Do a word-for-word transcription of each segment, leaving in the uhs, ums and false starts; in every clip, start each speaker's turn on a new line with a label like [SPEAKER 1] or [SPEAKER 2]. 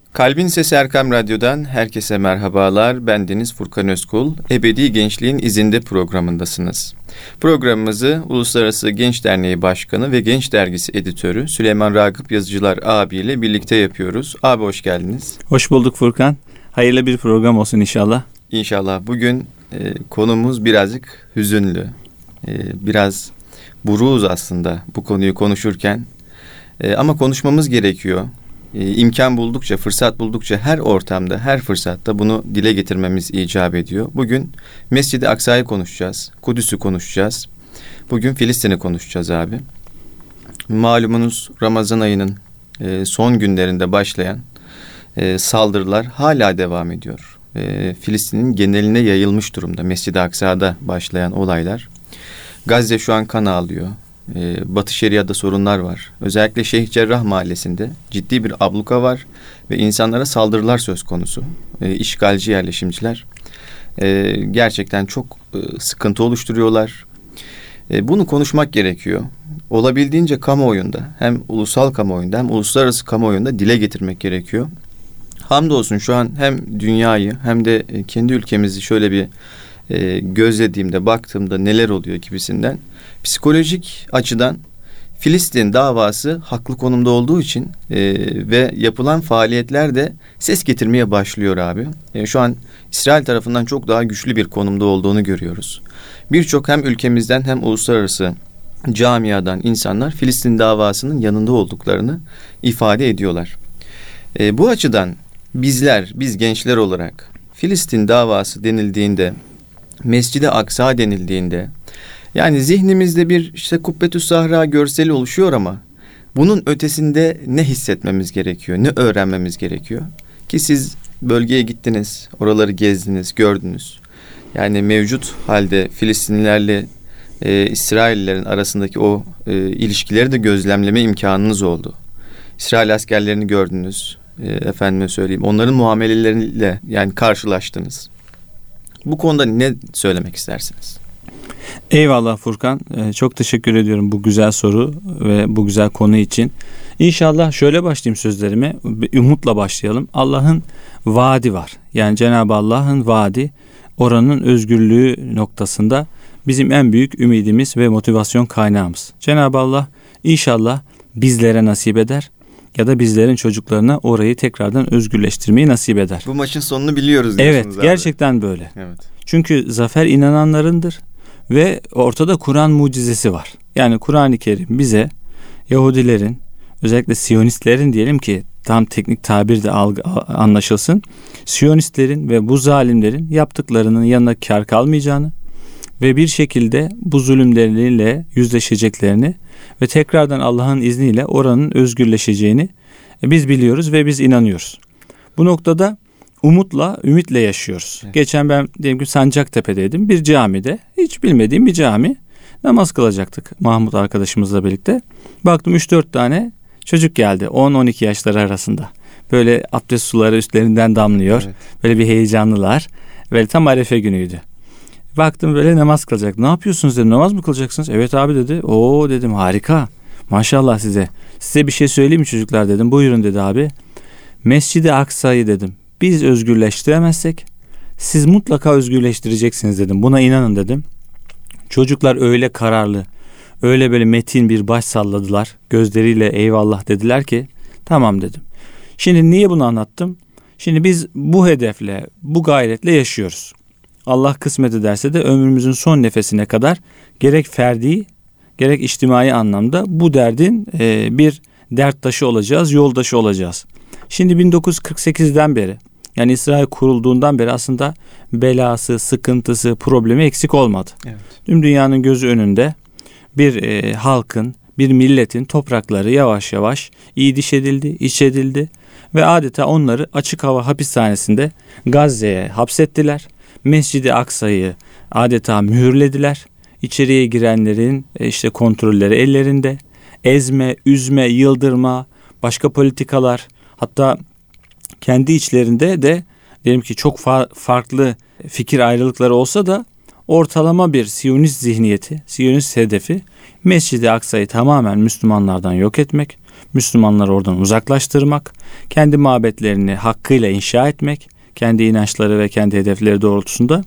[SPEAKER 1] Kalbin Sesi Erkam Radyo'dan herkese merhabalar. Ben Deniz Furkan Özkul. Ebedi Gençliğin İzinde programındasınız. Programımızı Uluslararası Genç Derneği Başkanı ve Genç Dergisi Editörü Süleyman Ragıp Yazıcılar abiyle birlikte yapıyoruz. Abi hoş geldiniz.
[SPEAKER 2] Hoş bulduk Furkan. Hayırlı bir program olsun inşallah.
[SPEAKER 1] İnşallah. Bugün e, konumuz birazcık hüzünlü. E, biraz buruğuz aslında bu konuyu konuşurken. E, ama konuşmamız gerekiyor. E, imkan buldukça, fırsat buldukça her ortamda, her fırsatta bunu dile getirmemiz icap ediyor. Bugün Mescid-i Aksa'yı konuşacağız. Kudüs'ü konuşacağız. Bugün Filistin'i konuşacağız abi. Malumunuz Ramazan ayının e, son günlerinde başlayan e, saldırılar hala devam ediyor. E, Filistin'in geneline yayılmış durumda. Mescid-i Aksa'da başlayan olaylar. Gazze şu an kan ağlıyor. Ee, Batı Şeria'da sorunlar var. Özellikle Şeyh Cerrah mahallesinde ciddi bir abluka var ve insanlara saldırılar söz konusu. Ee, işgalci yerleşimciler ee, gerçekten çok e, sıkıntı oluşturuyorlar. E, bunu konuşmak gerekiyor. Olabildiğince kamuoyunda, hem ulusal kamuoyunda hem uluslararası kamuoyunda dile getirmek gerekiyor. Hamdolsun şu an hem dünyayı hem de kendi ülkemizi şöyle bir e, gözlediğimde, baktığımda neler oluyor gibisinden psikolojik açıdan Filistin davası haklı konumda olduğu için e, ve yapılan faaliyetler de ses getirmeye başlıyor abi. E, şu an İsrail tarafından çok daha güçlü bir konumda olduğunu görüyoruz. Birçok hem ülkemizden hem uluslararası camiadan insanlar Filistin davasının yanında olduklarını ifade ediyorlar. E, bu açıdan bizler, biz gençler olarak Filistin davası denildiğinde, Mescid-i Aksa denildiğinde, yani zihnimizde bir işte Kubbetü's Sahra görseli oluşuyor ama bunun ötesinde ne hissetmemiz gerekiyor, ne öğrenmemiz gerekiyor? Ki siz bölgeye gittiniz, oraları gezdiniz, gördünüz. Yani mevcut halde Filistinlilerle e, İsraillilerin arasındaki o e, ilişkileri de gözlemleme imkanınız oldu. İsrail askerlerini gördünüz, e, efendime söyleyeyim, onların muameleleriyle yani karşılaştınız. Bu konuda ne söylemek istersiniz?
[SPEAKER 2] Eyvallah Furkan. Ee, çok teşekkür ediyorum bu güzel soru ve bu güzel konu için. İnşallah şöyle başlayayım sözlerime. Umutla başlayalım. Allah'ın vaadi var. Yani Cenab-ı Allah'ın vaadi, oranın özgürlüğü noktasında bizim en büyük ümidimiz ve motivasyon kaynağımız. Cenab-ı Allah inşallah bizlere nasip eder ya da bizlerin çocuklarına orayı tekrardan özgürleştirmeyi nasip eder.
[SPEAKER 1] Bu maçın sonunu biliyoruz
[SPEAKER 2] diyorsunuz. Evet,
[SPEAKER 1] abi.
[SPEAKER 2] gerçekten böyle.
[SPEAKER 1] Evet.
[SPEAKER 2] Çünkü zafer inananlarındır. Ve ortada Kur'an mucizesi var. Yani Kur'an-ı Kerim bize Yahudilerin, özellikle Siyonistlerin diyelim ki tam teknik tabir de algı, anlaşılsın. Siyonistlerin ve bu zalimlerin yaptıklarının yanına kar kalmayacağını ve bir şekilde bu zulümleriyle yüzleşeceklerini ve tekrardan Allah'ın izniyle oranın özgürleşeceğini biz biliyoruz ve biz inanıyoruz. Bu noktada umutla, ümitle yaşıyoruz. Evet. Geçen ben diyelim ki Sancaktepe'deydim. Bir camide, hiç bilmediğim bir cami. Namaz kılacaktık Mahmut arkadaşımızla birlikte. Baktım üç dört tane çocuk geldi. on on iki yaşları arasında. Böyle abdest suları üstlerinden damlıyor. Evet. Böyle bir heyecanlılar. Böyle tam Arefe günüydü. Baktım böyle namaz kılacak. Ne yapıyorsunuz dedim. Namaz mı kılacaksınız? Evet abi dedi. Oo dedim, harika. Maşallah size. Size bir şey söyleyeyim mi çocuklar dedim. Buyurun dedi abi. Mescid-i Aksa'yı dedim, biz özgürleştiremezsek siz mutlaka özgürleştireceksiniz dedim. Buna inanın dedim. Çocuklar öyle kararlı, öyle böyle metin bir baş salladılar. Gözleriyle eyvallah dediler ki tamam dedim. Şimdi niye bunu anlattım? Şimdi biz bu hedefle, bu gayretle yaşıyoruz. Allah kısmet ederse de ömrümüzün son nefesine kadar gerek ferdi, gerek içtimai anlamda bu derdin e, bir derttaşı olacağız, yoldaşı olacağız. Şimdi bin dokuz yüz kırk sekizden beri, yani İsrail kurulduğundan beri aslında belası, sıkıntısı, problemi eksik olmadı. Evet. Tüm dünyanın gözü önünde bir e, halkın, bir milletin toprakları yavaş yavaş iyiliş edildi, iç edildi ve adeta onları açık hava hapishanesinde Gazze'ye hapsettiler. Mescid-i Aksa'yı adeta mühürlediler. İçeriye girenlerin e, işte kontrolleri ellerinde. Ezme, üzme, yıldırma, başka politikalar, hatta kendi içlerinde de diyelim ki çok fa- farklı fikir ayrılıkları olsa da ortalama bir Siyonist zihniyeti, Siyonist hedefi Mescid-i Aksa'yı tamamen Müslümanlardan yok etmek, Müslümanları oradan uzaklaştırmak, kendi mabetlerini hakkıyla inşa etmek, kendi inançları ve kendi hedefleri doğrultusunda.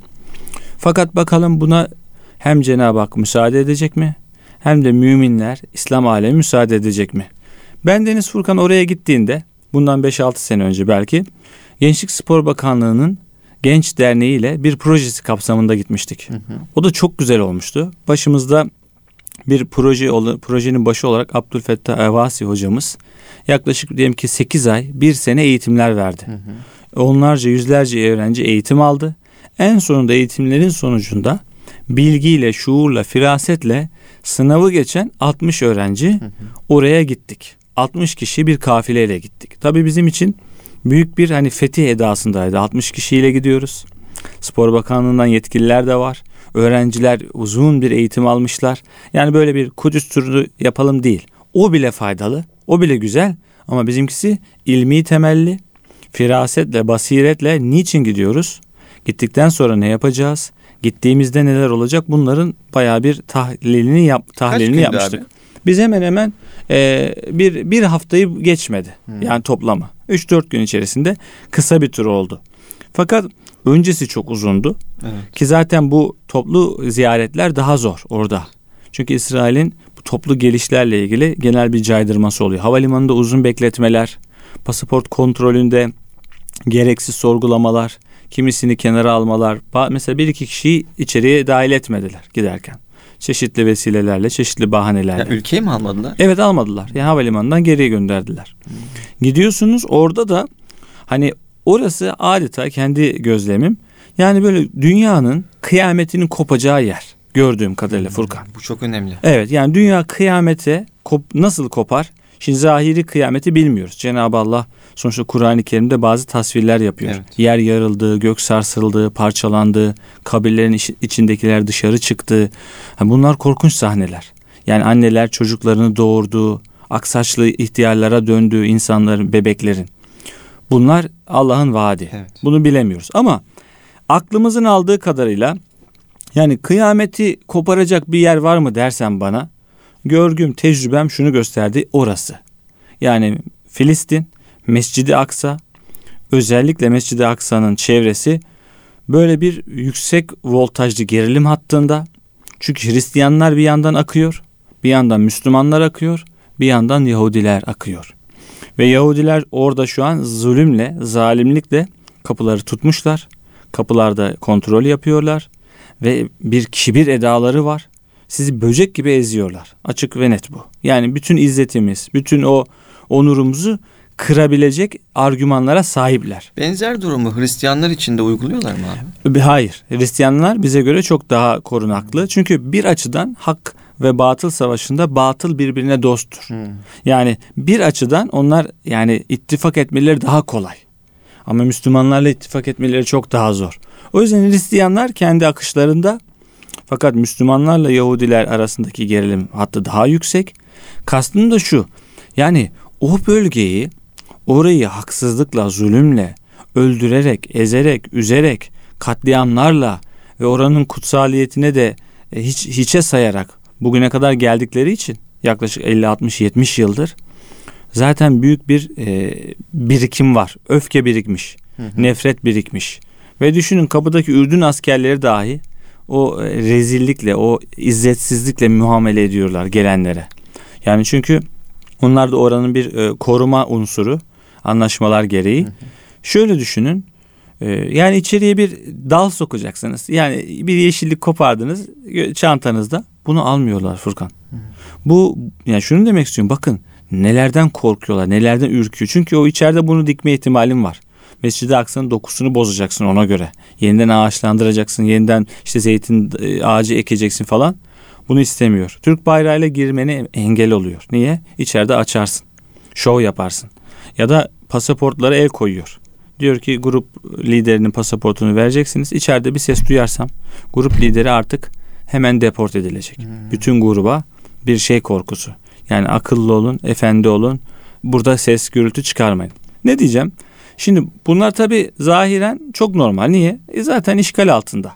[SPEAKER 2] Fakat bakalım buna hem Cenab-ı Hak müsaade edecek mi? Hem de müminler, İslam alemi müsaade edecek mi? Bendeniz Furkan oraya gittiğinde, bundan beş altı sene önce belki, Gençlik Spor Bakanlığı'nın Genç Derneği ile bir projesi kapsamında gitmiştik. Hı hı. O da çok güzel olmuştu. Başımızda bir proje projenin başı olarak Abdülfettah Evasi hocamız yaklaşık diyelim ki sekiz ay, bir sene eğitimler verdi. Hı hı. Onlarca, yüzlerce öğrenci eğitim aldı. En sonunda eğitimlerin sonucunda bilgiyle, şuurla, firasetle sınavı geçen altmış öğrenci, hı hı, oraya gittik. altmış kişi bir kafileyle gittik. Tabii bizim için büyük bir hani fetih edasındaydı. altmış kişiyle gidiyoruz. Spor Bakanlığı'ndan yetkililer de var. Öğrenciler uzun bir eğitim almışlar. Yani böyle bir Kudüs turu yapalım değil. O bile faydalı, o bile güzel ama bizimkisi ilmi temelli, firasetle, basiretle niçin gidiyoruz? Gittikten sonra ne yapacağız? Gittiğimizde neler olacak? Bunların bayağı bir tahlilini yap, tahlilini yapmıştık. Abi? Biz hemen hemen e, bir bir haftayı geçmedi. Hmm. Yani toplamı. üç dört gün içerisinde kısa bir tur oldu. Fakat öncesi çok uzundu. Evet. Ki zaten bu toplu ziyaretler daha zor orada. Çünkü İsrail'in bu toplu gelişlerle ilgili genel bir caydırması oluyor. Havalimanında uzun bekletmeler, pasaport kontrolünde gereksiz sorgulamalar, kimisini kenara almalar. Mesela bir iki kişiyi içeriye dahil etmediler giderken. Çeşitli vesilelerle, çeşitli bahanelerle.
[SPEAKER 1] Ya ülkeyi mi almadılar?
[SPEAKER 2] Evet, almadılar. Yani havalimanından geriye gönderdiler. Hmm. Gidiyorsunuz, orada da hani orası adeta kendi gözlemim. Yani böyle dünyanın kıyametinin kopacağı yer gördüğüm kadarıyla Furkan.
[SPEAKER 1] Bu çok önemli.
[SPEAKER 2] Evet, yani dünya kıyamete kop, nasıl kopar? Şimdi zahiri kıyameti bilmiyoruz. Cenab-ı Allah sonuçta Kur'an-ı Kerim'de bazı tasvirler yapıyor. Evet. Yer yarıldı, gök sarsıldı, parçalandı, kabirlerin içindekiler dışarı çıktı. Bunlar korkunç sahneler. Yani anneler çocuklarını doğurdu, aksaçlı ihtiyarlara döndü insanların, bebeklerin. Bunlar Allah'ın vaadi. Evet. Bunu bilemiyoruz ama aklımızın aldığı kadarıyla yani kıyameti koparacak bir yer var mı dersen bana, görgüm, tecrübem şunu gösterdi: orası. Yani Filistin, Mescid-i Aksa, özellikle Mescid-i Aksa'nın çevresi böyle bir yüksek voltajlı gerilim hattında. Çünkü Hristiyanlar bir yandan akıyor, bir yandan Müslümanlar akıyor, bir yandan Yahudiler akıyor. Ve Yahudiler orada şu an zulümle, zalimlikle kapıları tutmuşlar. Kapılarda kontrol yapıyorlar ve bir kibir edaları var. Sizi böcek gibi eziyorlar. Açık ve net bu. Yani bütün izzetimiz, bütün o onurumuzu kırabilecek argümanlara sahipler.
[SPEAKER 1] Benzer durumu Hristiyanlar için de uyguluyorlar mı abi?
[SPEAKER 2] Hayır. Hristiyanlar bize göre çok daha korunaklı. Çünkü bir açıdan hak ve batıl savaşında batıl birbirine dosttur. Hmm. Yani bir açıdan onlar yani ittifak etmeleri daha kolay. Ama Müslümanlarla ittifak etmeleri çok daha zor. O yüzden Hristiyanlar kendi akışlarında, fakat Müslümanlarla Yahudiler arasındaki gerilim hattı daha yüksek. Kastım da şu: yani o bölgeyi, orayı haksızlıkla, zulümle, öldürerek, ezerek, üzerek, katliamlarla ve oranın kutsaliyetine de hiç hiçe sayarak bugüne kadar geldikleri için yaklaşık elli altmış yetmiş yıldır zaten büyük bir e, birikim var. Öfke birikmiş, hı hı. nefret birikmiş. Ve düşünün, kapıdaki Ürdün askerleri dahi o rezillikle, o izzetsizlikle muamele ediyorlar gelenlere. Yani çünkü onlar da oranın bir e, koruma unsuru, anlaşmalar gereği. Hı hı. Şöyle düşünün, e, yani içeriye bir dal sokacaksınız. Yani bir yeşillik kopardınız çantanızda, bunu almıyorlar Furkan. Hı hı. Bu, yani şunu demek istiyorum, bakın nelerden korkuyorlar, nelerden ürküyor. Çünkü o içeride bunu dikme ihtimalin var. Mescid-i Aksa'nın dokusunu bozacaksın ona göre. Yeniden ağaçlandıracaksın, yeniden işte zeytin ağacı ekeceksin falan. Bunu istemiyor. Türk bayrağıyla girmene engel oluyor. Niye? İçeride açarsın, şov yaparsın. Ya da pasaportlara el koyuyor. Diyor ki grup liderinin pasaportunu vereceksiniz. İçeride bir ses duyarsam grup lideri artık hemen deport edilecek. Hmm. Bütün gruba bir şey korkusu. Yani akıllı olun, efendi olun. Burada ses, gürültü çıkarmayın. Ne diyeceğim? Şimdi bunlar tabii zahiren çok normal. Niye? E zaten işgal altında.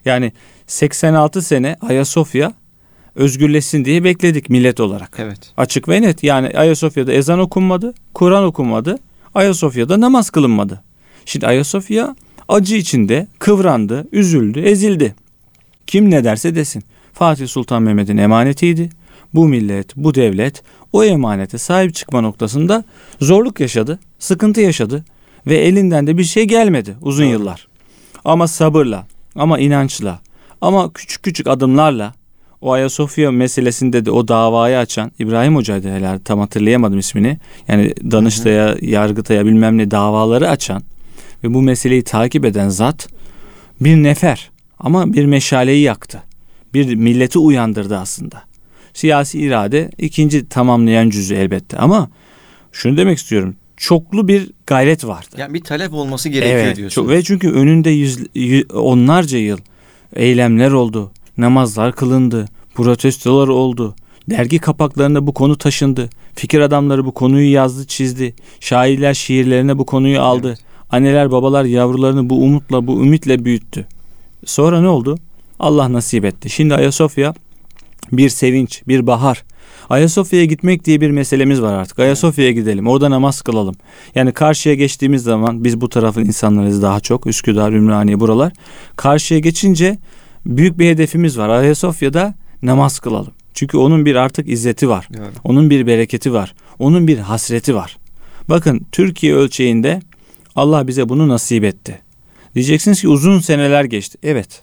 [SPEAKER 2] Yani seksen altı sene Ayasofya özgürleşsin diye bekledik millet olarak.
[SPEAKER 1] Evet.
[SPEAKER 2] Açık ve net. Yani Ayasofya'da ezan okunmadı, Kur'an okunmadı, Ayasofya'da namaz kılınmadı. Şimdi Ayasofya acı içinde kıvrandı, üzüldü, ezildi. Kim ne derse desin. Fatih Sultan Mehmet'in emanetiydi. Bu millet, bu devlet o emanete sahip çıkma noktasında zorluk yaşadı, sıkıntı yaşadı ve elinden de bir şey gelmedi uzun
[SPEAKER 1] Doğru.
[SPEAKER 2] yıllar. Ama sabırla, ama inançla, ama küçük küçük adımlarla o Ayasofya meselesinde de o davayı açan İbrahim Hoca'ydı herhalde, tam hatırlayamadım ismini. Yani Danıştay'a, Yargıtay'a bilmem ne davaları açan ve bu meseleyi takip eden zat bir nefer ama bir meşaleyi yaktı. Bir milleti uyandırdı aslında. Siyasi irade ikinci tamamlayan cüzü elbette ama şunu demek istiyorum. Çoklu bir gayret vardı.
[SPEAKER 1] Yani bir talep olması gerekiyor
[SPEAKER 2] evet,
[SPEAKER 1] diyorsunuz.
[SPEAKER 2] Çok, ve çünkü önünde yüz, yüz, onlarca yıl eylemler oldu. Namazlar kılındı. Protestolar oldu. Dergi kapaklarında bu konu taşındı. Fikir adamları bu konuyu yazdı, çizdi. Şairler şiirlerine bu konuyu aldı. Evet. Anneler babalar yavrularını bu umutla, bu ümitle büyüttü. Sonra ne oldu? Allah nasip etti. Şimdi Ayasofya bir sevinç, bir bahar. Ayasofya'ya gitmek diye bir meselemiz var artık. Ayasofya'ya gidelim, orada namaz kılalım. Yani karşıya geçtiğimiz zaman, biz bu tarafın insanlarıyız daha çok. Üsküdar, Ümraniye buralar. Karşıya geçince büyük bir hedefimiz var. Ayasofya'da namaz kılalım. Çünkü onun bir artık izzeti var. Evet. Onun bir bereketi var. Onun bir hasreti var. Bakın Türkiye ölçeğinde Allah bize bunu nasip etti. Diyeceksiniz ki uzun seneler geçti. Evet.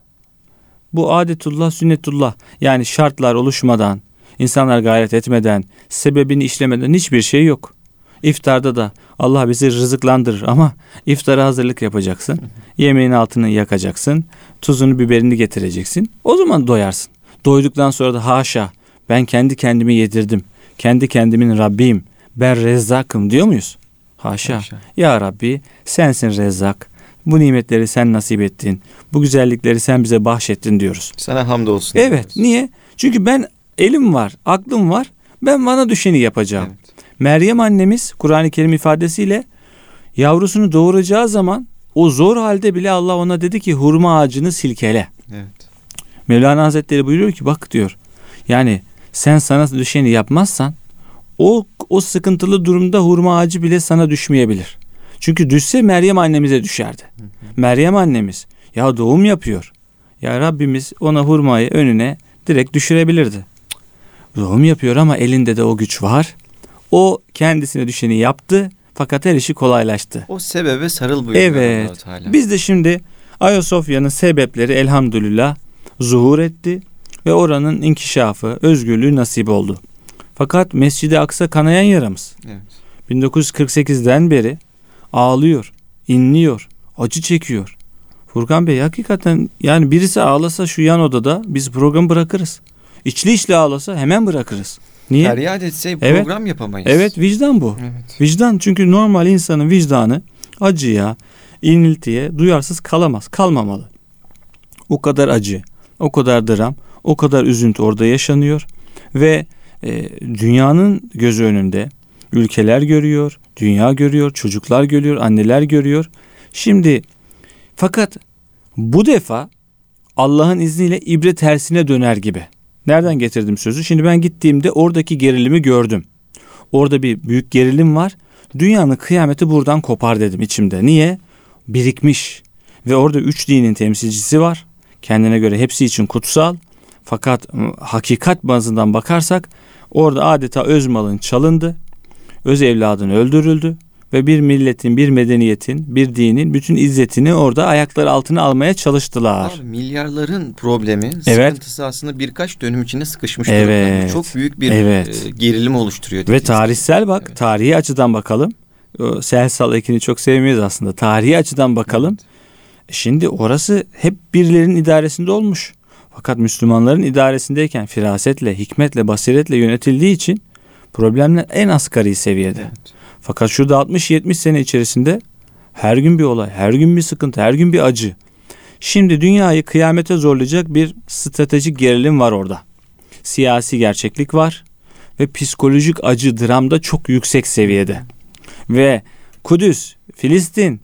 [SPEAKER 2] Bu adetullah, sünnetullah. Yani şartlar oluşmadan, insanlar gayret etmeden, sebebini işlemeden hiçbir şey yok. İftarda da Allah bizi rızıklandırır ama iftara hazırlık yapacaksın. Yemeğin altını yakacaksın. Tuzunu, biberini getireceksin. O zaman doyarsın. Doyduktan sonra da haşa, ben kendi kendimi yedirdim. Kendi kendimin Rabbiyim. Ben Rezzak'ım diyor muyuz? Haşa. Haşa. Ya Rabbi, sensin Rezzak. Bu nimetleri sen nasip ettin. Bu güzellikleri sen bize bahşettin diyoruz.
[SPEAKER 1] Sana hamdolsun.
[SPEAKER 2] Evet.
[SPEAKER 1] Diyoruz.
[SPEAKER 2] Niye? Çünkü ben elim var, aklım var. Ben bana düşeni yapacağım. Evet. Meryem annemiz Kur'an-ı Kerim ifadesiyle yavrusunu doğuracağı zaman o zor halde bile Allah ona dedi ki hurma ağacını silkele. Evet. Mevlana Hazretleri buyuruyor ki bak diyor. Yani sen sana düşeni yapmazsan o o sıkıntılı durumda hurma ağacı bile sana düşmeyebilir. Çünkü düşse Meryem annemize düşerdi. Hı hı. Meryem annemiz ya doğum yapıyor. Ya Rabbimiz ona hurmayı önüne direkt düşürebilirdi. Doğum yapıyor ama elinde de o güç var. O kendisine düşeni yaptı fakat her işi kolaylaştı.
[SPEAKER 1] O sebebe sarıl buyuruyor.
[SPEAKER 2] Evet. Biz de şimdi Ayasofya'nın sebepleri elhamdülillah zuhur etti ve oranın inkişafı, özgürlüğü nasip oldu. Fakat Mescid-i Aksa kanayan yaramız. Evet. bin dokuz yüz kırk sekizden beri ağlıyor, inliyor, acı çekiyor. Furkan Bey hakikaten yani birisi ağlasa şu yan odada biz programı bırakırız. İçli içli ağlasa hemen bırakırız. Niye?
[SPEAKER 1] Feryat etse program evet. yapamayız.
[SPEAKER 2] Evet, vicdan bu. Evet. Vicdan, çünkü normal insanın vicdanı acıya, iniltiye duyarsız kalamaz, kalmamalı. O kadar acı, o kadar dram, o kadar üzüntü orada yaşanıyor ve e, dünyanın gözü önünde ülkeler görüyor, dünya görüyor, çocuklar görüyor, anneler görüyor. Şimdi fakat bu defa Allah'ın izniyle ibret tersine döner gibi. Nereden getirdim sözü? Şimdi ben gittiğimde oradaki gerilimi gördüm. Orada bir büyük gerilim var. Dünyanın kıyameti buradan kopar dedim içimde. Niye? Birikmiş. Ve orada üç dinin temsilcisi var. Kendine göre hepsi için kutsal. Fakat hakikat bazından bakarsak orada adeta öz malın çalındı. Öz evladın öldürüldü. Ve bir milletin, bir medeniyetin, bir dinin bütün izzetini orada ayakları altına almaya çalıştılar.
[SPEAKER 1] Abi, milyarların problemi,
[SPEAKER 2] evet.
[SPEAKER 1] sıkıntısı aslında birkaç dönüm içinde sıkışmış
[SPEAKER 2] evet.
[SPEAKER 1] durumda. Çok büyük bir
[SPEAKER 2] evet.
[SPEAKER 1] e, gerilim oluşturuyor.
[SPEAKER 2] Ve tarihsel bak, evet. tarihi açıdan bakalım. O Sehsal Ekin'i çok sevmeyiz aslında. Tarihi açıdan bakalım. Evet. Şimdi orası hep birilerinin idaresinde olmuş. Fakat Müslümanların idaresindeyken firasetle, hikmetle, basiretle yönetildiği için problemler en asgari seviyede. Evet. Fakat şurada altmış yetmiş sene içerisinde her gün bir olay, her gün bir sıkıntı, her gün bir acı. Şimdi dünyayı kıyamete zorlayacak bir stratejik gerilim var orada. Siyasi gerçeklik var ve psikolojik acı, dram da çok yüksek seviyede. Ve Kudüs, Filistin,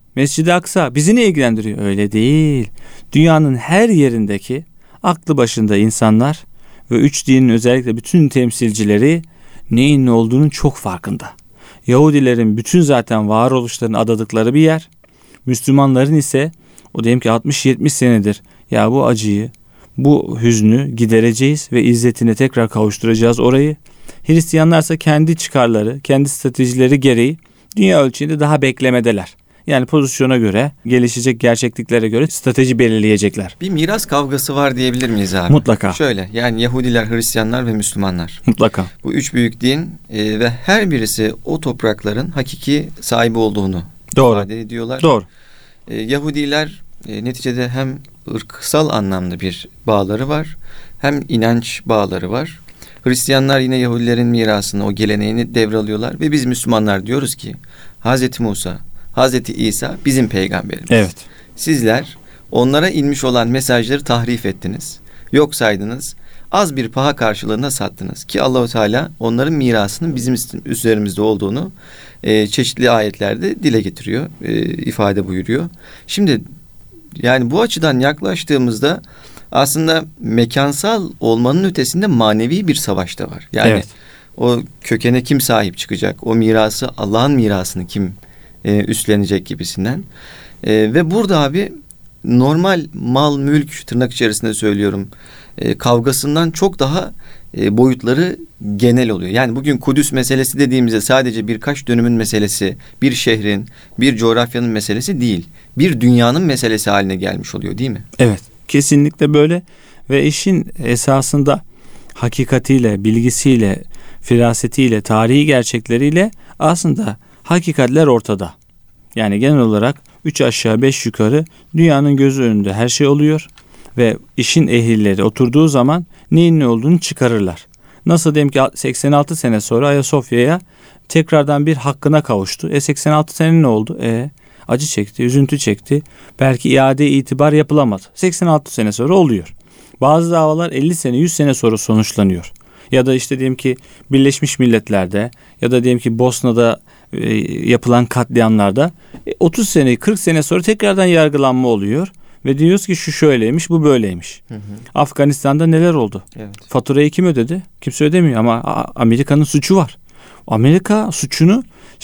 [SPEAKER 2] Mescid-i Aksa bizi ne ilgilendiriyor? Öyle değil. Dünyanın her yerindeki aklı başında insanlar ve üç dinin özellikle bütün temsilcileri neyin ne olduğunun çok farkında. Yahudilerin bütün zaten varoluşlarını adadıkları bir yer. Müslümanların ise o diyelim ki altmış yetmiş senedir ya bu acıyı, bu hüznü gidereceğiz ve izzetine tekrar kavuşturacağız orayı. Hristiyanlarsa kendi çıkarları, kendi stratejileri gereği dünya ölçeğinde daha beklemedeler. Yani pozisyona göre, gelişecek gerçekliklere göre strateji belirleyecekler.
[SPEAKER 1] Bir miras kavgası var diyebilir miyiz abi?
[SPEAKER 2] Mutlaka.
[SPEAKER 1] Şöyle, yani Yahudiler, Hristiyanlar ve Müslümanlar.
[SPEAKER 2] Mutlaka.
[SPEAKER 1] Bu üç büyük din e, ve her birisi o toprakların hakiki sahibi olduğunu
[SPEAKER 2] Doğru.
[SPEAKER 1] ifade ediyorlar.
[SPEAKER 2] Doğru.
[SPEAKER 1] E, Yahudiler e, neticede hem ırksal anlamda bir bağları var, hem inanç bağları var. Hristiyanlar yine Yahudilerin mirasını, o geleneğini devralıyorlar ve biz Müslümanlar diyoruz ki Hazreti Musa, Hazreti İsa bizim peygamberimiz.
[SPEAKER 2] Evet.
[SPEAKER 1] Sizler onlara inmiş olan mesajları tahrif ettiniz. Yok saydınız. Az bir paha karşılığında sattınız. Ki Allahu Teala onların mirasının bizim üzerimizde olduğunu e, çeşitli ayetlerde dile getiriyor, e, ifade buyuruyor. Şimdi yani bu açıdan yaklaştığımızda aslında mekansal olmanın ötesinde manevi bir savaş da var. Yani evet. O kökene kim sahip çıkacak? O mirası, Allah'ın mirasını kim e, üstlenecek gibisinden. E, ve burada abi normal mal, mülk, tırnak içerisinde söylüyorum, e, kavgasından çok daha e, boyutları genel oluyor. Yani bugün Kudüs meselesi dediğimizde sadece birkaç dönümün meselesi, bir şehrin, bir coğrafyanın meselesi değil. Bir dünyanın meselesi haline gelmiş oluyor, değil mi?
[SPEAKER 2] Evet, kesinlikle böyle ve işin esasında hakikatiyle, bilgisiyle, firasetiyle, tarihi gerçekleriyle aslında hakikatler ortada. Yani genel olarak üç aşağı beş yukarı dünyanın gözü önünde her şey oluyor ve işin ehilleri oturduğu zaman neyin ne olduğunu çıkarırlar. Nasıl diyelim ki seksen altı sene sonra Ayasofya'ya tekrardan bir hakkına kavuştu. E seksen altı sene ne oldu? E acı çekti, üzüntü çekti. Belki iade itibar yapılamadı. seksen altı sene sonra oluyor. Bazı davalar elli sene, yüz sene sonra sonuçlanıyor. Ya da işte diyelim ki Birleşmiş Milletler'de ya da diyelim ki Bosna'da e, yapılan katliamlarda e, otuz sene, kırk sene sonra tekrardan yargılanma oluyor. Ve diyoruz ki şu şöyleymiş, bu böyleymiş. Hı hı. Afganistan'da neler oldu? Evet. Faturayı kim ödedi? Kimse ödemiyor ama Amerika'nın suçu var. Amerika suçunu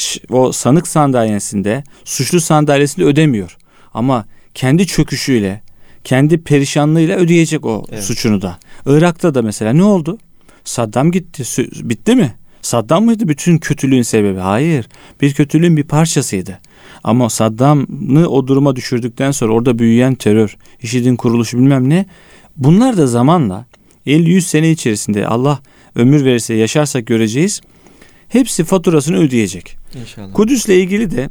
[SPEAKER 2] o sanık sandalyesinde, suçlu sandalyesinde ödemiyor. Ama kendi çöküşüyle, kendi perişanlığıyla ödeyecek o evet. suçunu da. Irak'ta da mesela ne oldu? Saddam gitti. Bitti mi? Saddam mıydı bütün kötülüğün sebebi? Hayır. Bir kötülüğün bir parçasıydı. Ama Saddam'ı o duruma düşürdükten sonra orada büyüyen terör, IŞİD'in kuruluşu bilmem ne, bunlar da zamanla elli yüz sene içerisinde Allah ömür verirse yaşarsak göreceğiz. Hepsi faturasını ödeyecek. İnşallah. Kudüs'le ilgili de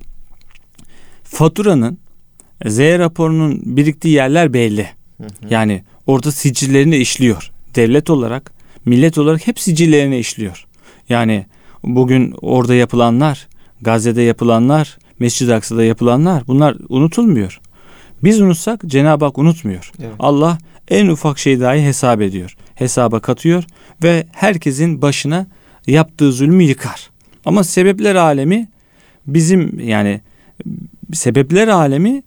[SPEAKER 2] faturanın, Z raporunun biriktiği yerler belli. Hı hı. Yani orada sicillerini işliyor. Devlet olarak, millet olarak hep sicillerini işliyor. Yani bugün orada yapılanlar, Gazze'de yapılanlar, Mescid-i Aksa'da yapılanlar, bunlar unutulmuyor. Biz unutsak Cenab-ı Hak unutmuyor. Evet. Allah en ufak şey dahi hesap ediyor. Hesaba katıyor ve herkesin başına yaptığı zulmü yıkar. Ama sebepler alemi bizim yani sebepler alemi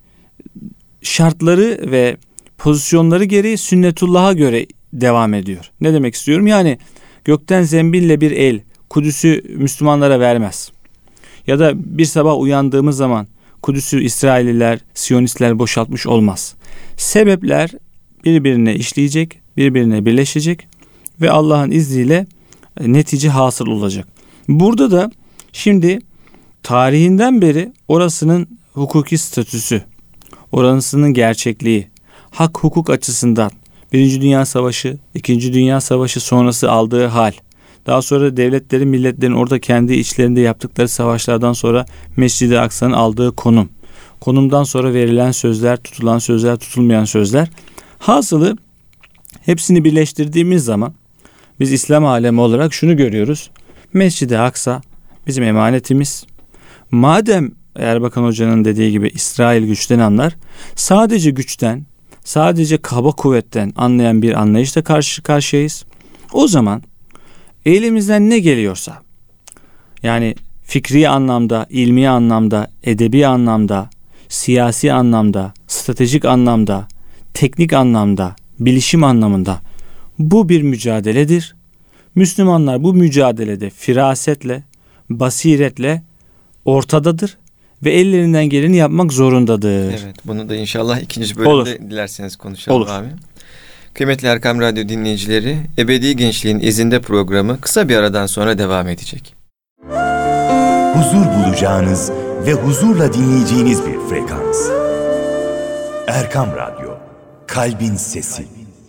[SPEAKER 2] şartları ve pozisyonları gereği sünnetullah'a göre devam ediyor. Ne demek istiyorum? Yani gökten zembille bir el Kudüs'ü Müslümanlara vermez. Ya da bir sabah uyandığımız zaman Kudüs'ü İsrailliler, Siyonistler boşaltmış olmaz. Sebepler birbirine işleyecek, birbirine birleşecek ve Allah'ın izniyle netice hasıl olacak. Burada da şimdi tarihinden beri orasının hukuki statüsü, orasının gerçekliği, hak hukuk açısından Birinci Dünya Savaşı, İkinci Dünya Savaşı sonrası aldığı hal, daha sonra devletlerin, milletlerin orada kendi içlerinde yaptıkları savaşlardan sonra Mescid-i Aksa'nın aldığı konum, konumdan sonra verilen sözler, tutulan sözler, tutulmayan sözler, hasılı hepsini birleştirdiğimiz zaman biz İslam alemi olarak şunu görüyoruz. Mescid-i Aksa bizim emanetimiz. Madem Erbakan Hoca'nın dediği gibi İsrail güçten anlar, sadece güçten, sadece kaba kuvvetten anlayan bir anlayışla karşı karşıyayız. O zaman elimizden ne geliyorsa, yani fikri anlamda, ilmi anlamda, edebi anlamda, siyasi anlamda, stratejik anlamda, teknik anlamda, bilişim anlamında bu bir mücadeledir. Müslümanlar bu mücadelede firasetle, basiretle ortadadır ve ellerinden geleni yapmak zorundadır.
[SPEAKER 1] Evet, bunu da inşallah ikinci bölümde Olur. dilerseniz konuşalım Olur. abi. Kıymetli Erkam Radyo dinleyicileri, Ebedi Gençliğin İzinde programı kısa bir aradan sonra devam edecek.
[SPEAKER 3] Huzur bulacağınız ve huzurla dinleyeceğiniz bir frekans. Erkam Radyo, Kalbin Sesi.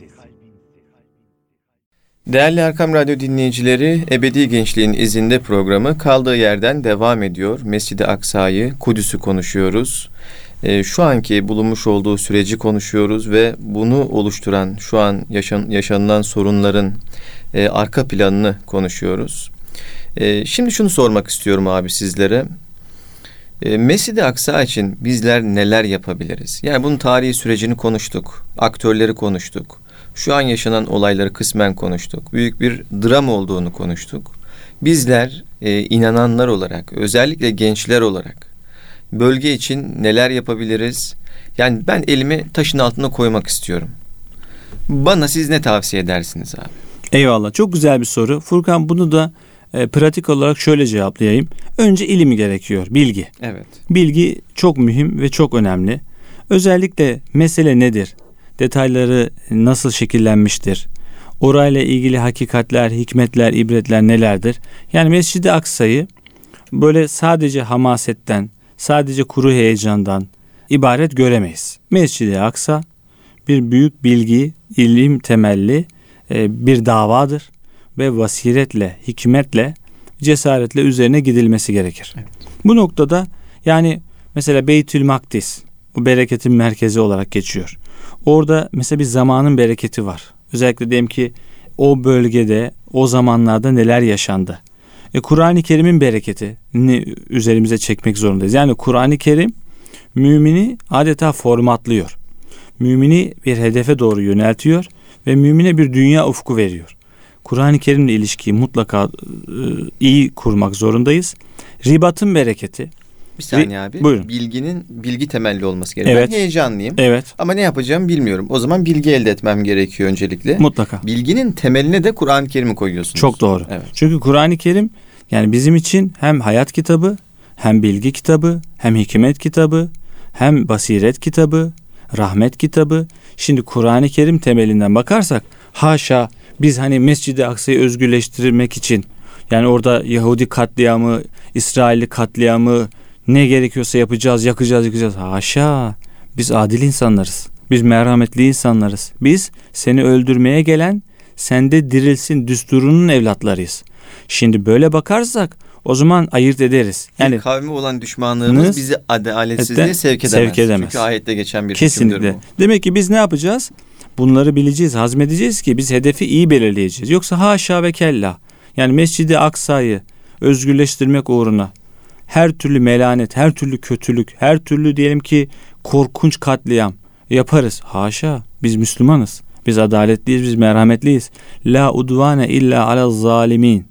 [SPEAKER 1] Değerli Erkam Radyo dinleyicileri, Ebedi Gençliğin İzinde programı kaldığı yerden devam ediyor. Mescid-i Aksa'yı, Kudüs'ü konuşuyoruz. E, şu anki bulunmuş olduğu süreci konuşuyoruz ve bunu oluşturan, şu an yaşan, yaşanılan sorunların e, arka planını konuşuyoruz. E, şimdi şunu sormak istiyorum abi sizlere. E, Mescid-i Aksa için bizler neler yapabiliriz? Yani bunun tarihi sürecini konuştuk, aktörleri konuştuk. Şu an yaşanan olayları kısmen konuştuk. Büyük bir dram olduğunu konuştuk. Bizler e, inananlar olarak, özellikle gençler olarak bölge için neler yapabiliriz? Yani ben elimi taşın altına koymak istiyorum. Bana siz ne tavsiye edersiniz abi?
[SPEAKER 2] Eyvallah. Çok güzel bir soru. Furkan, bunu da e, pratik olarak şöyle cevaplayayım. Önce ilim gerekiyor, bilgi.
[SPEAKER 1] Evet.
[SPEAKER 2] Bilgi çok mühim ve çok önemli. Özellikle mesele nedir? Detayları nasıl şekillenmiştir? Orayla ilgili hakikatler, hikmetler, ibretler nelerdir? Yani Mescid-i Aksa'yı böyle sadece hamasetten, sadece kuru heyecandan ibaret göremeyiz. Mescid-i Aksa bir büyük bilgi, ilim temelli e, bir davadır ve basiretle, hikmetle, cesaretle üzerine gidilmesi gerekir. Evet. Bu noktada yani mesela Beytül Makdis, bu bereketin merkezi olarak geçiyor. Orada mesela bir zamanın bereketi var. Özellikle diyelim ki o bölgede, o zamanlarda neler yaşandı. E, Kur'an-ı Kerim'in bereketini üzerimize çekmek zorundayız. Yani Kur'an-ı Kerim mümini adeta formatlıyor. Mümini bir hedefe doğru yöneltiyor ve mümine bir dünya ufku veriyor. Kur'an-ı Kerim'le ilişkiyi mutlaka e, iyi kurmak zorundayız. Ribatın bereketi.
[SPEAKER 1] Bir saniye abi.
[SPEAKER 2] Buyurun.
[SPEAKER 1] Bilginin bilgi temelli olması gerekiyor.
[SPEAKER 2] Evet.
[SPEAKER 1] Ben heyecanlıyım.
[SPEAKER 2] Evet.
[SPEAKER 1] Ama ne yapacağımı bilmiyorum. O zaman bilgi elde etmem gerekiyor öncelikle.
[SPEAKER 2] Mutlaka.
[SPEAKER 1] Bilginin temeline de Kur'an-ı Kerim'i koyuyorsunuz.
[SPEAKER 2] Çok doğru.
[SPEAKER 1] Evet.
[SPEAKER 2] Çünkü Kur'an-ı Kerim yani bizim için hem hayat kitabı, hem bilgi kitabı, hem hikmet kitabı, hem basiret kitabı, rahmet kitabı. Şimdi Kur'an-ı Kerim temelinden bakarsak haşa biz hani Mescid-i Aksa'yı özgürleştirmek için yani orada Yahudi katliamı, İsrailli katliamı ne gerekiyorsa yapacağız, yakacağız, yakacağız. Haşa. Biz adil insanlarız. Biz merhametli insanlarız. Biz seni öldürmeye gelen sende dirilsin düsturunun evlatlarıyız. Şimdi böyle bakarsak o zaman ayırt ederiz. Yani
[SPEAKER 1] bir kavmi olan düşmanlığımız bizi adaletsizliğe sevk edemez. sevk edemez. Çünkü ayette geçen bir
[SPEAKER 2] Kesinlikle. Bu. Demek ki biz ne yapacağız? Bunları bileceğiz, hazmedeceğiz ki biz hedefi iyi belirleyeceğiz. Yoksa haşa ve kella. Yani Mescid-i Aksa'yı özgürleştirmek uğruna her türlü melanet, her türlü kötülük, her türlü diyelim ki korkunç katliam yaparız. Haşa, biz Müslümanız. Biz adaletliyiz, biz merhametliyiz. La udvane illa alel zalimin.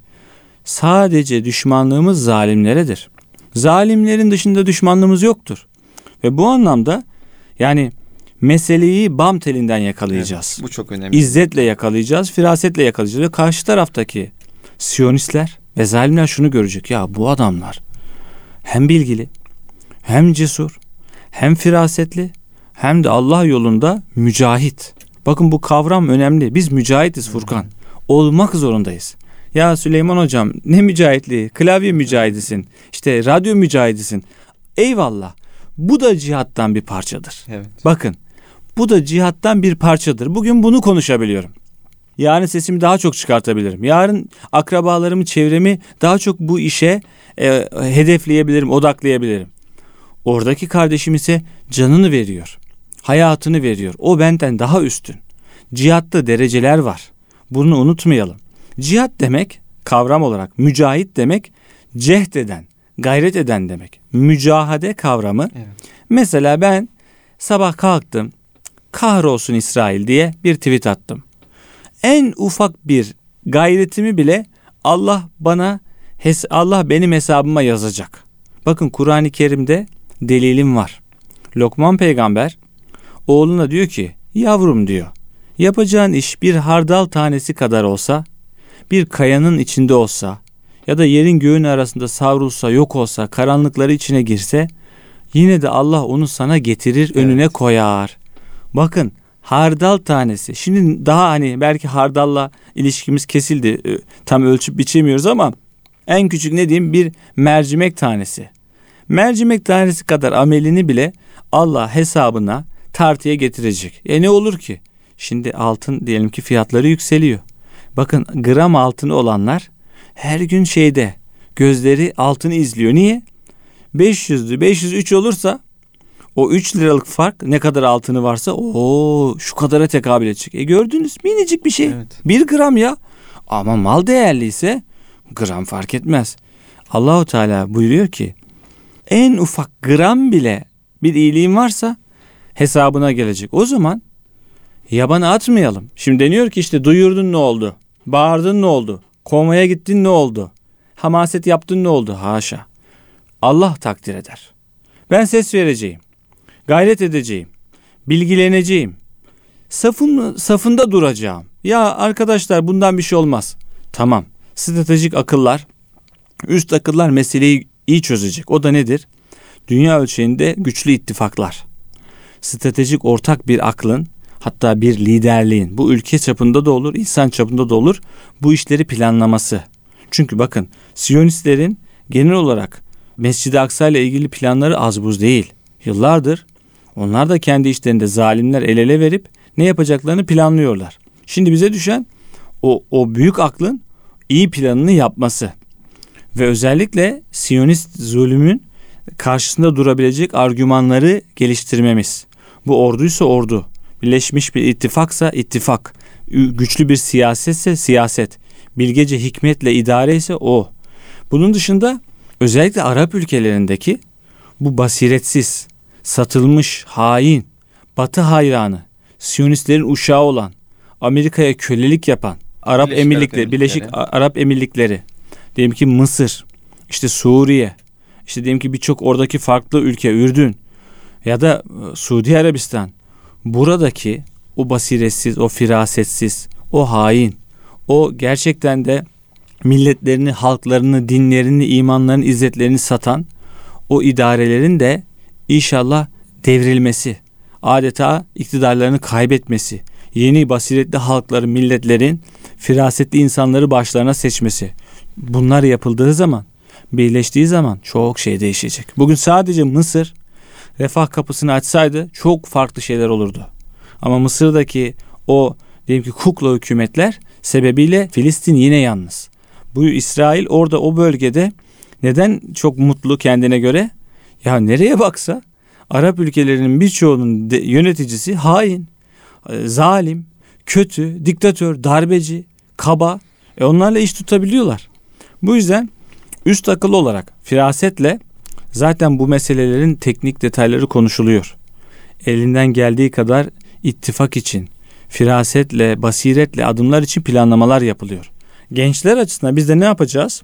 [SPEAKER 2] Sadece düşmanlığımız zalimleredir. Zalimlerin dışında düşmanlığımız yoktur. Ve bu anlamda yani meseleyi bam telinden yakalayacağız.
[SPEAKER 1] Evet, bu çok önemli.
[SPEAKER 2] İzzetle yakalayacağız, firasetle yakalayacağız. Ve karşı taraftaki Siyonistler ve zalimler şunu görecek. Ya bu adamlar hem bilgili, hem cesur, hem firasetli, hem de Allah yolunda mücahit. Bakın bu kavram önemli. Biz mücahitiz Furkan. Olmak zorundayız. Ya Süleyman hocam ne mücahitliği? Klavye mücahidisin. İşte radyo mücahidisin. Eyvallah. Bu da cihattan bir parçadır.
[SPEAKER 1] Evet.
[SPEAKER 2] Bakın bu da cihattan bir parçadır. Bugün bunu konuşabiliyorum. Yarın sesimi daha çok çıkartabilirim. Yarın akrabalarımı, çevremi daha çok bu işe e, hedefleyebilirim, odaklayabilirim. Oradaki kardeşim ise canını veriyor. Hayatını veriyor. O benden daha üstün. Cihatta dereceler var. Bunu unutmayalım. Cihat demek kavram olarak, mücahit demek cehd eden, gayret eden demek. Mücahade kavramı. Evet. Mesela ben sabah kalktım, kahrolsun İsrail diye bir tweet attım. En ufak bir gayretimi bile Allah bana, Allah benim hesabıma yazacak. Bakın Kur'an-ı Kerim'de delilim var. Lokman peygamber oğluna diyor ki, yavrum diyor, yapacağın iş bir hardal tanesi kadar olsa, bir kayanın içinde olsa ya da yerin göğün arasında savrulsa, yok olsa, karanlıkları içine girse, yine de Allah onu sana getirir, evet, önüne koyar. Bakın, hardal tanesi. Şimdi daha hani belki hardalla ilişkimiz kesildi. Tam ölçüp biçemiyoruz ama en küçük ne diyeyim, bir mercimek tanesi. Mercimek tanesi kadar amelini bile Allah hesabına, tartıya getirecek. E ne olur ki? Şimdi altın diyelim ki fiyatları yükseliyor. Bakın, gram altını olanlar her gün şeyde gözleri altını izliyor. Niye? beş yüzlü beş yüz üç olursa o üç liralık fark, ne kadar altını varsa o şu kadara tekabül edecek. E gördünüz, minicik bir şey. Evet. Bir gram ya. Ama mal değerliyse gram fark etmez. Allahu Teala buyuruyor ki, en ufak gram bile bir iyiliğin varsa hesabına gelecek. O zaman yabana atmayalım. Şimdi deniyor ki işte duyurdun ne oldu? Bağırdın ne oldu? Kovmaya gittin ne oldu? Hamaset yaptın ne oldu? Haşa. Allah takdir eder. Ben ses vereceğim. Gayret edeceğim. Bilgileneceğim. Safın, safında duracağım. Ya arkadaşlar, bundan bir şey olmaz. Tamam. Stratejik akıllar, üst akıllar meseleyi iyi çözecek. O da nedir? Dünya ölçeğinde güçlü ittifaklar. Stratejik ortak bir aklın, hatta bir liderliğin, bu ülke çapında da olur, insan çapında da olur, bu işleri planlaması. Çünkü bakın, Siyonistlerin genel olarak Mescid-i Aksa ile ilgili planları az buz değil. Yıllardır onlar da kendi işlerinde zalimler el ele verip ne yapacaklarını planlıyorlar. Şimdi bize düşen o, o büyük aklın iyi planını yapması ve özellikle Siyonist zulmün karşısında durabilecek argümanları geliştirmemiz. Bu orduysa ordu, birleşmiş bir ittifaksa ittifak, güçlü bir siyasetse siyaset, bilgece hikmetle idare ise o. Bunun dışında özellikle Arap ülkelerindeki bu basiretsiz, satılmış, hain, Batı hayranı, Siyonistlerin uşağı olan, Amerika'ya kölelik yapan Arap Birleşik Emirlikleri, Arap Birleşik Arap Emirlikleri, diyelim ki Mısır, işte Suriye, işte diyelim ki birçok oradaki farklı ülke, Ürdün ya da Suudi Arabistan, buradaki o basiretsiz, o firasetsiz, o hain, o gerçekten de milletlerini, halklarını, dinlerini, imanlarını, izzetlerini satan o idarelerin de inşallah devrilmesi, adeta iktidarlarını kaybetmesi, yeni basiretli halkların, milletlerin firasetli insanları başlarına seçmesi. Bunlar yapıldığı zaman, birleştiği zaman çok şey değişecek. Bugün sadece Mısır refah kapısını açsaydı çok farklı şeyler olurdu. Ama Mısır'daki o diyelim ki kukla hükümetler sebebiyle Filistin yine yalnız. Bu İsrail orada o bölgede neden çok mutlu kendine göre? Ya nereye baksa Arap ülkelerinin birçoğunun de, yöneticisi hain, zalim, kötü, diktatör, darbeci, kaba. E onlarla iş tutabiliyorlar. Bu yüzden üst akıl olarak firasetle zaten bu meselelerin teknik detayları konuşuluyor. Elinden geldiği kadar ittifak için, firasetle, basiretle adımlar için planlamalar yapılıyor. Gençler açısından biz de ne yapacağız?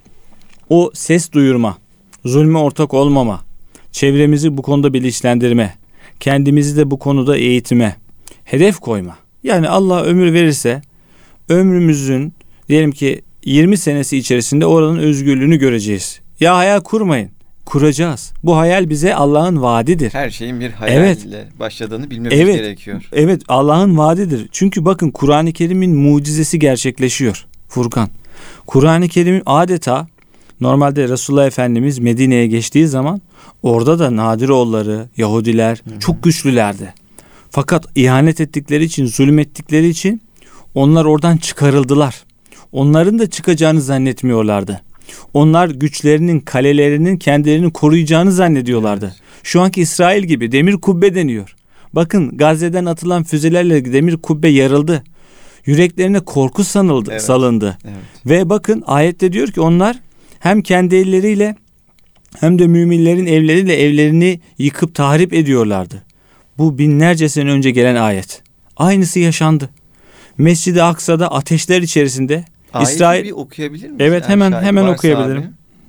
[SPEAKER 2] O ses duyurma, zulme ortak olmama, çevremizi bu konuda bilinçlendirme, kendimizi de bu konuda eğitime, hedef koyma. Yani Allah ömür verirse ömrümüzün diyelim ki yirmi senesi içerisinde oranın özgürlüğünü göreceğiz. Ya hayal kurmayın. Kuracağız. Bu hayal bize Allah'ın vaadidir.
[SPEAKER 1] Her şeyin bir hayalle evet. başladığını bilmemiz
[SPEAKER 2] evet.
[SPEAKER 1] gerekiyor.
[SPEAKER 2] Evet, Allah'ın vaadidir. Çünkü bakın Kur'an-ı Kerim'in mucizesi gerçekleşiyor Furkan. Kur'an-ı Kerim'in adeta normalde Resulullah Efendimiz Medine'ye geçtiği zaman orada da Nadiroğulları, Yahudiler Hı-hı. çok güçlülerdi. Fakat ihanet ettikleri için, zulüm ettikleri için onlar oradan çıkarıldılar. Onların da çıkacağını zannetmiyorlardı. Onlar güçlerinin, kalelerinin kendilerini koruyacağını zannediyorlardı. Evet. Şu anki İsrail gibi demir kubbe deniyor. Bakın Gazze'den atılan füzelerle demir kubbe yarıldı. Yüreklerine korku sanıldı, evet. salındı. Evet. Ve bakın ayette diyor ki onlar hem kendi elleriyle hem de müminlerin evleriyle evlerini yıkıp tahrip ediyorlardı. Bu binlerce sene önce gelen ayet. Aynısı yaşandı. Mescid-i Aksa'da ateşler içerisinde
[SPEAKER 1] Ayeti
[SPEAKER 2] İsrail
[SPEAKER 1] bir okuyabilir miyiz?
[SPEAKER 2] Evet,
[SPEAKER 1] yani
[SPEAKER 2] hemen hemen okuyabilirim. Abi.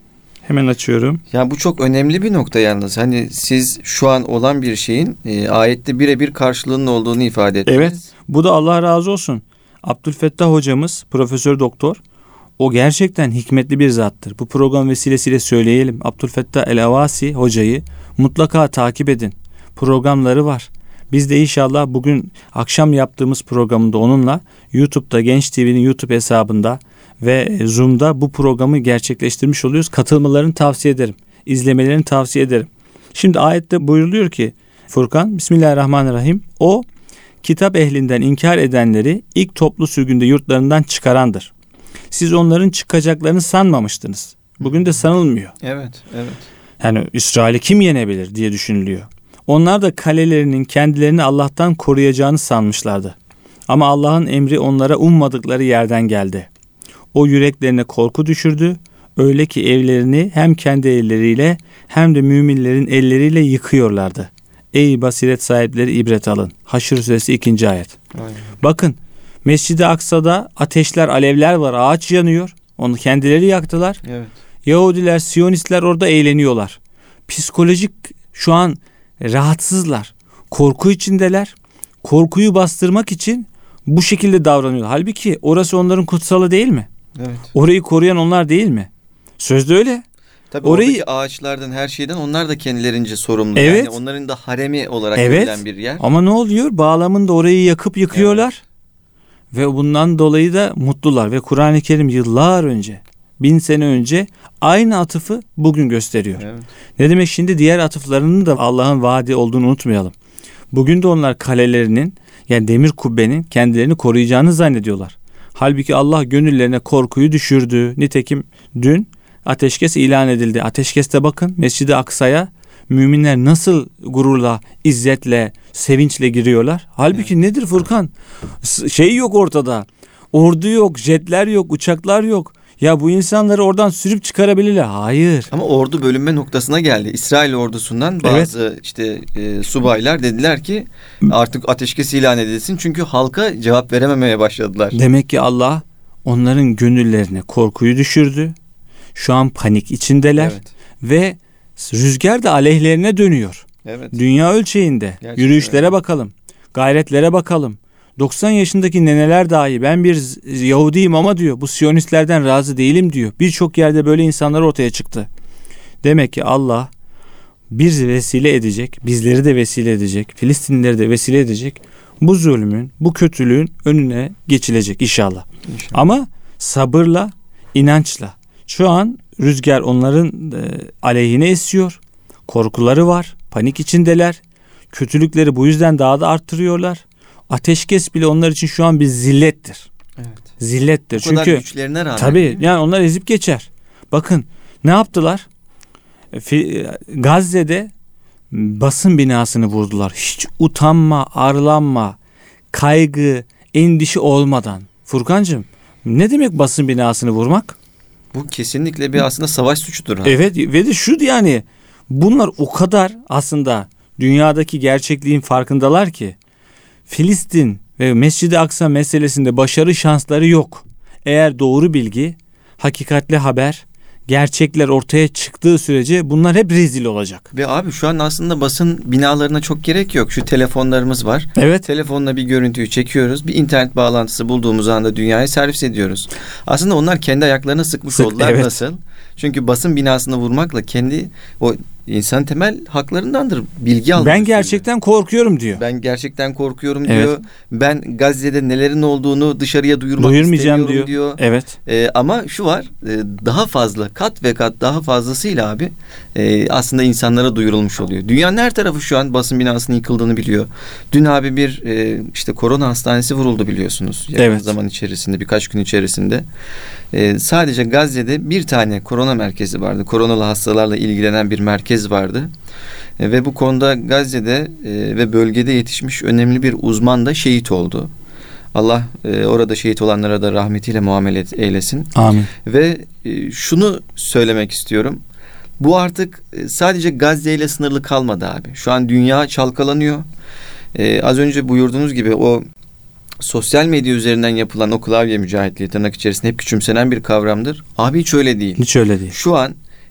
[SPEAKER 2] Hemen açıyorum.
[SPEAKER 1] Ya bu çok önemli bir nokta yalnız. Hani siz şu an olan bir şeyin e, ayette birebir karşılığının olduğunu ifade ettiniz.
[SPEAKER 2] Evet. Bu da Allah razı olsun. Abdülfettah hocamız, profesör doktor. O gerçekten hikmetli bir zattır. Bu program vesilesiyle söyleyelim. Abdülfettah El-Avasi hocayı mutlaka takip edin. Programları var. Biz de inşallah bugün akşam yaptığımız programında onunla YouTube'da, Genç T V'nin YouTube hesabında ve Zoom'da bu programı gerçekleştirmiş oluyoruz. Katılmalarını tavsiye ederim. İzlemelerini tavsiye ederim. Şimdi ayette buyuruluyor ki Furkan, Bismillahirrahmanirrahim. O kitap ehlinden inkar edenleri ilk toplu sürgünde yurtlarından çıkarandır. Siz onların çıkacaklarını sanmamıştınız. Bugün de sanılmıyor.
[SPEAKER 1] Evet, evet.
[SPEAKER 2] Yani İsrail'i kim yenebilir diye düşünülüyor. Onlar da kalelerinin kendilerini Allah'tan koruyacağını sanmışlardı. Ama Allah'ın emri onlara ummadıkları yerden geldi. O yüreklerine korku düşürdü. Öyle ki evlerini hem kendi elleriyle hem de müminlerin elleriyle yıkıyorlardı. Ey basiret sahipleri ibret alın. Haşr suresi ikinci ayet.
[SPEAKER 1] Aynen.
[SPEAKER 2] Bakın Mescid-i Aksa'da ateşler, alevler var. Ağaç yanıyor. Onu kendileri yaktılar.
[SPEAKER 1] Evet.
[SPEAKER 2] Yahudiler, Siyonistler orada eğleniyorlar. Psikolojik şu an rahatsızlar. Korku içindeler. Korkuyu bastırmak için bu şekilde davranıyorlar. Halbuki orası onların kutsalı değil mi?
[SPEAKER 1] Evet.
[SPEAKER 2] Orayı koruyan onlar değil mi? Sözde öyle.
[SPEAKER 1] Tabii
[SPEAKER 2] Orayı...
[SPEAKER 1] oradaki ağaçlardan, her şeyden onlar da kendilerince sorumlu.
[SPEAKER 2] Evet.
[SPEAKER 1] Yani onların da haremi olarak
[SPEAKER 2] Evet.
[SPEAKER 1] görülen bir yer.
[SPEAKER 2] Ama ne oluyor? Bağlamında orayı yakıp yıkıyorlar. Evet. Ve bundan dolayı da mutlular. Ve Kur'an-ı Kerim yıllar önce, bin sene önce aynı atıfı bugün gösteriyor.
[SPEAKER 1] Evet.
[SPEAKER 2] Ne demek şimdi? Diğer atıflarının da Allah'ın vaadi olduğunu unutmayalım. Bugün de onlar kalelerinin, yani demir kubbenin kendilerini koruyacağını zannediyorlar. Halbuki Allah gönüllerine korkuyu düşürdü. Nitekim dün ateşkes ilan edildi. Ateşkeste bakın Mescid-i Aksa'ya müminler nasıl gururla, izzetle, sevinçle giriyorlar. Halbuki evet. Nedir Furkan? Şey yok ortada. Ordu yok, jetler yok, uçaklar yok. Ya bu insanları oradan sürüp çıkarabilirler. Hayır.
[SPEAKER 1] Ama ordu bölünme noktasına geldi. İsrail ordusundan bazı evet. işte e, subaylar dediler ki artık ateşkes ilan edilsin. Çünkü halka cevap verememeye başladılar.
[SPEAKER 2] Demek ki Allah onların gönüllerine korkuyu düşürdü. Şu an panik içindeler. Evet. Ve rüzgar da aleyhlerine dönüyor. Evet. Dünya ölçeğinde. Gerçekten yürüyüşlere öyle. Bakalım. Gayretlere bakalım. doksan yaşındaki neneler dahi ben bir Yahudiyim ama diyor bu Siyonistlerden razı değilim diyor. Birçok yerde böyle insanlar ortaya çıktı. Demek ki Allah bir vesile edecek, bizleri de vesile edecek, Filistinlileri de vesile edecek. Bu zulmün, bu kötülüğün önüne geçilecek inşallah. İnşallah. Ama sabırla, inançla. Şu an rüzgar onların e, aleyhine esiyor. Korkuları var, panik içindeler. Kötülükleri bu yüzden daha da arttırıyorlar. Ateşkes bile onlar için şu an bir zillettir. Evet. Zillettir.
[SPEAKER 1] Bu kadar
[SPEAKER 2] çünkü
[SPEAKER 1] güçlerine rağmen.
[SPEAKER 2] Tabii yani onlar ezip geçer. Bakın ne yaptılar? Gazze'de basın binasını vurdular. Hiç utanma, arlanma, kaygı, endişe olmadan. Furkancığım, ne demek basın binasını vurmak?
[SPEAKER 1] Bu kesinlikle bir aslında savaş suçudur. Abi.
[SPEAKER 2] Evet ve de şu yani bunlar o kadar aslında dünyadaki gerçekliğin farkındalar ki Filistin ve Mescid-i Aksa meselesinde başarı şansları yok. Eğer doğru bilgi, hakikatli haber, gerçekler ortaya çıktığı sürece bunlar hep rezil olacak.
[SPEAKER 1] Ve abi şu an aslında basın binalarına çok gerek yok. Şu telefonlarımız var.
[SPEAKER 2] Evet.
[SPEAKER 1] Telefonla bir görüntüyü çekiyoruz. Bir internet bağlantısı bulduğumuz anda dünyaya servis ediyoruz. Aslında onlar kendi ayaklarına sıkmış Sık, oldular. Evet. Nasıl? Çünkü basın binasını vurmakla kendi o insan temel haklarındandır. Bilgi almak.
[SPEAKER 2] Ben gerçekten diyor. korkuyorum diyor.
[SPEAKER 1] Ben gerçekten korkuyorum
[SPEAKER 2] evet.
[SPEAKER 1] diyor. Ben Gazze'de nelerin olduğunu dışarıya duyurmak istemiyorum diyor. diyor.
[SPEAKER 2] Evet.
[SPEAKER 1] Ee, ama şu var, e, daha fazla kat ve kat daha fazlasıyla abi e, aslında insanlara duyurulmuş oluyor. Dünyanın her tarafı şu an basın binasının yıkıldığını biliyor. Dün abi bir e, işte korona hastanesi vuruldu biliyorsunuz. Yakın evet. zaman içerisinde, birkaç gün içerisinde. E, sadece Gazze'de bir tane korona merkezi vardı. Koronalı hastalarla ilgilenen bir merkez vardı. E, ve bu konuda Gazze'de e, ve bölgede yetişmiş önemli bir uzman da şehit oldu. Allah e, orada şehit olanlara da rahmetiyle muamele eylesin.
[SPEAKER 2] Amin.
[SPEAKER 1] Ve e, şunu söylemek istiyorum. Bu artık e, sadece Gazze ile sınırlı kalmadı abi. Şu an dünya çalkalanıyor. E, az önce buyurduğunuz gibi o sosyal medya üzerinden yapılan o klavye mücahitliği tırnak içerisinde hep küçümsenen bir kavramdır. Abi hiç öyle değil.
[SPEAKER 2] Hiç öyle değil.
[SPEAKER 1] Şu an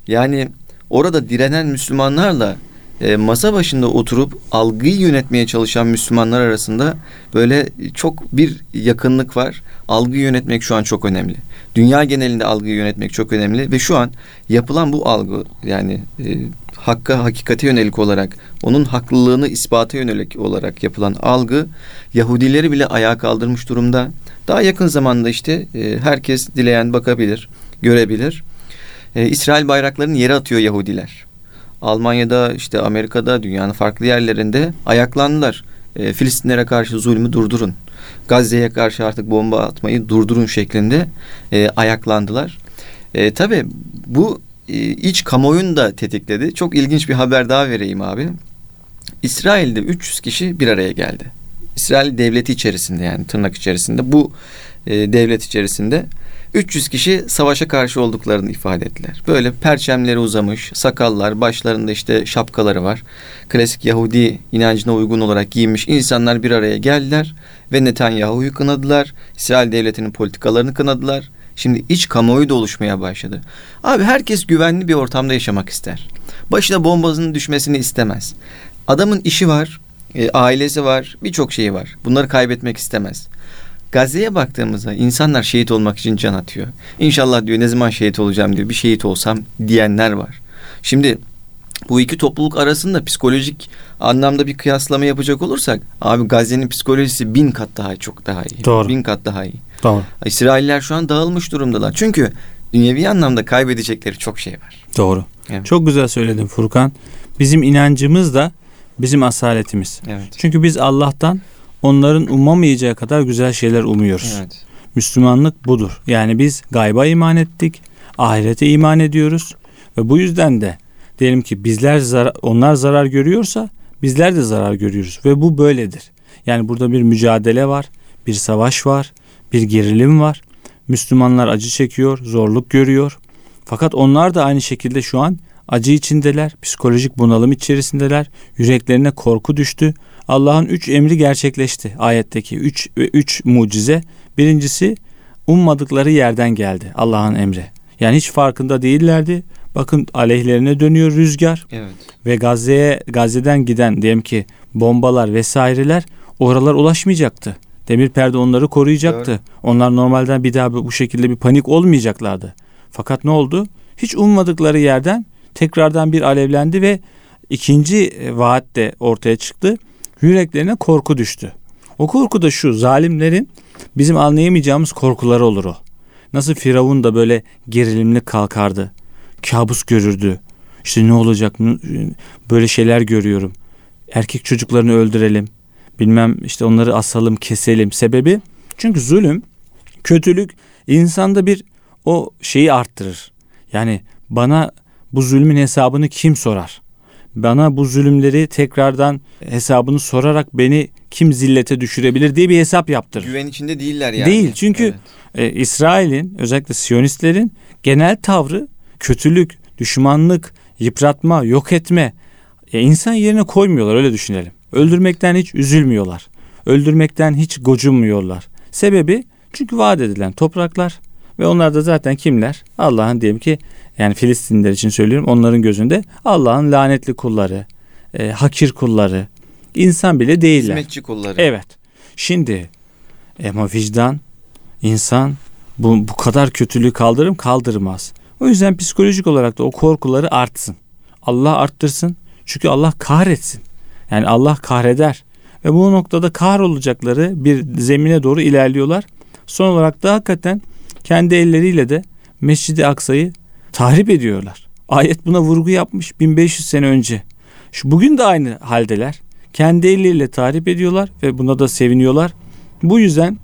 [SPEAKER 1] Yani orada direnen Müslümanlarla e, masa başında oturup algıyı yönetmeye çalışan Müslümanlar arasında böyle çok bir yakınlık var. Algıyı yönetmek şu an çok önemli. Dünya genelinde algıyı yönetmek çok önemli ve şu an yapılan bu algı, yani e, hakka, hakikate yönelik olarak, onun haklılığını ispata yönelik olarak yapılan algı Yahudileri bile ayağa kaldırmış durumda. Daha yakın zamanda işte e, herkes dileyen bakabilir, görebilir. E, İsrail bayraklarını yere atıyor Yahudiler. Almanya'da, işte Amerika'da, dünyanın farklı yerlerinde ayaklandılar. E, Filistinlere karşı zulmü durdurun, Gazze'ye karşı artık bomba atmayı durdurun şeklinde e, ayaklandılar. E, tabii bu e, iç kamuoyunu da tetikledi. Çok ilginç bir haber daha vereyim abi. İsrail'de üç yüz kişi bir araya geldi. İsrail devleti içerisinde, yani tırnak içerisinde, bu e, devlet içerisinde üç yüz kişi savaşa karşı olduklarını ifade ettiler. Böyle perçemleri uzamış, sakallar, başlarında işte şapkaları var. Klasik Yahudi inancına uygun olarak giyinmiş insanlar bir araya geldiler ve Netanyahu'yu kınadılar. İsrail devletinin politikalarını kınadılar. Şimdi iç kamuoyu da oluşmaya başladı. Abi herkes güvenli bir ortamda yaşamak ister. Başına bombasının düşmesini istemez. Adamın işi var, e, ailesi var, birçok şeyi var. Bunları kaybetmek istemez. Gazze'ye baktığımızda insanlar şehit olmak için can atıyor. İnşallah diyor, ne zaman şehit olacağım diyor, bir şehit olsam diyenler var. Şimdi bu iki topluluk arasında psikolojik anlamda bir kıyaslama yapacak olursak abi Gazze'nin psikolojisi bin kat daha çok daha iyi.
[SPEAKER 2] Doğru.
[SPEAKER 1] Bin kat daha iyi.
[SPEAKER 2] Doğru.
[SPEAKER 1] İsrailler şu an dağılmış durumdalar. Çünkü dünyevi anlamda kaybedecekleri çok şey var.
[SPEAKER 2] Doğru.
[SPEAKER 1] Evet.
[SPEAKER 2] Çok güzel söyledin Furkan. Bizim inancımız da bizim asaletimiz.
[SPEAKER 1] Evet.
[SPEAKER 2] Çünkü biz Allah'tan onların umamayacağı kadar güzel şeyler umuyoruz.
[SPEAKER 1] Evet.
[SPEAKER 2] Müslümanlık budur. Yani biz gayba iman ettik, ahirete iman ediyoruz ve bu yüzden de diyelim ki bizler zarar, onlar zarar görüyorsa bizler de zarar görüyoruz ve bu böyledir. Yani burada bir mücadele var, bir savaş var, bir gerilim var. Müslümanlar acı çekiyor, zorluk görüyor. Fakat onlar da aynı şekilde şu an acı içindeler, psikolojik bunalım içerisindeler. Yüreklerine korku düştü. Allah'ın üç emri gerçekleşti. Ayetteki üç, üç mucize. Birincisi, ummadıkları yerden geldi Allah'ın emri. Yani hiç farkında değillerdi. Bakın aleyhlerine dönüyor rüzgar.
[SPEAKER 1] Evet.
[SPEAKER 2] Ve Gazze'ye, Gazze'den giden diyelim ki bombalar vesaireler oralar ulaşmayacaktı. Demir perde onları koruyacaktı.
[SPEAKER 1] Doğru.
[SPEAKER 2] Onlar normalden bir daha bu şekilde bir panik olmayacaklardı. Fakat ne oldu? Hiç ummadıkları yerden tekrardan bir alevlendi ve ikinci vaat de ortaya çıktı. Yüreklerine korku düştü. O korku da şu: zalimlerin bizim anlayamayacağımız korkuları olur o. Nasıl Firavun da böyle gerilimli kalkardı. Kabus görürdü. İşte ne olacak? Böyle şeyler görüyorum. Erkek çocuklarını öldürelim. Bilmem işte onları asalım, keselim. Sebebi? Çünkü zulüm, kötülük insanda bir o şeyi arttırır. Yani bana bu zulmün hesabını kim sorar? Bana bu zulümleri tekrardan hesabını sorarak beni kim zillete düşürebilir diye bir hesap yaptırır.
[SPEAKER 1] Güven içinde değiller yani.
[SPEAKER 2] Değil, çünkü evet. e, İsrail'in, özellikle Siyonistlerin genel tavrı kötülük, düşmanlık, yıpratma, yok etme. E, insan yerine koymuyorlar, öyle düşünelim. Öldürmekten hiç üzülmüyorlar. Öldürmekten hiç gocunmuyorlar. Sebebi, çünkü vaat edilen topraklar ve onlar da zaten kimler? Allah'ın diyelim ki, yani Filistinliler için söylüyorum, onların gözünde Allah'ın lanetli kulları, e, hakir kulları, insan bile değiller.
[SPEAKER 1] Hizmetçi kulları.
[SPEAKER 2] Evet. Şimdi ama vicdan, insan bu, bu kadar kötülüğü kaldırır mı? Kaldırmaz. O yüzden psikolojik olarak da o korkuları artsın. Allah arttırsın. Çünkü Allah kahretsin. Yani Allah kahreder. Ve bu noktada kahrolacakları bir zemine doğru ilerliyorlar. Son olarak da hakikaten kendi elleriyle de Mescid-i Aksa'yı tahrip ediyorlar. Ayet buna vurgu yapmış bin beş yüz sene önce. Şu bugün de aynı haldeler. Kendi elleriyle tahrip ediyorlar ve buna da seviniyorlar. Bu yüzden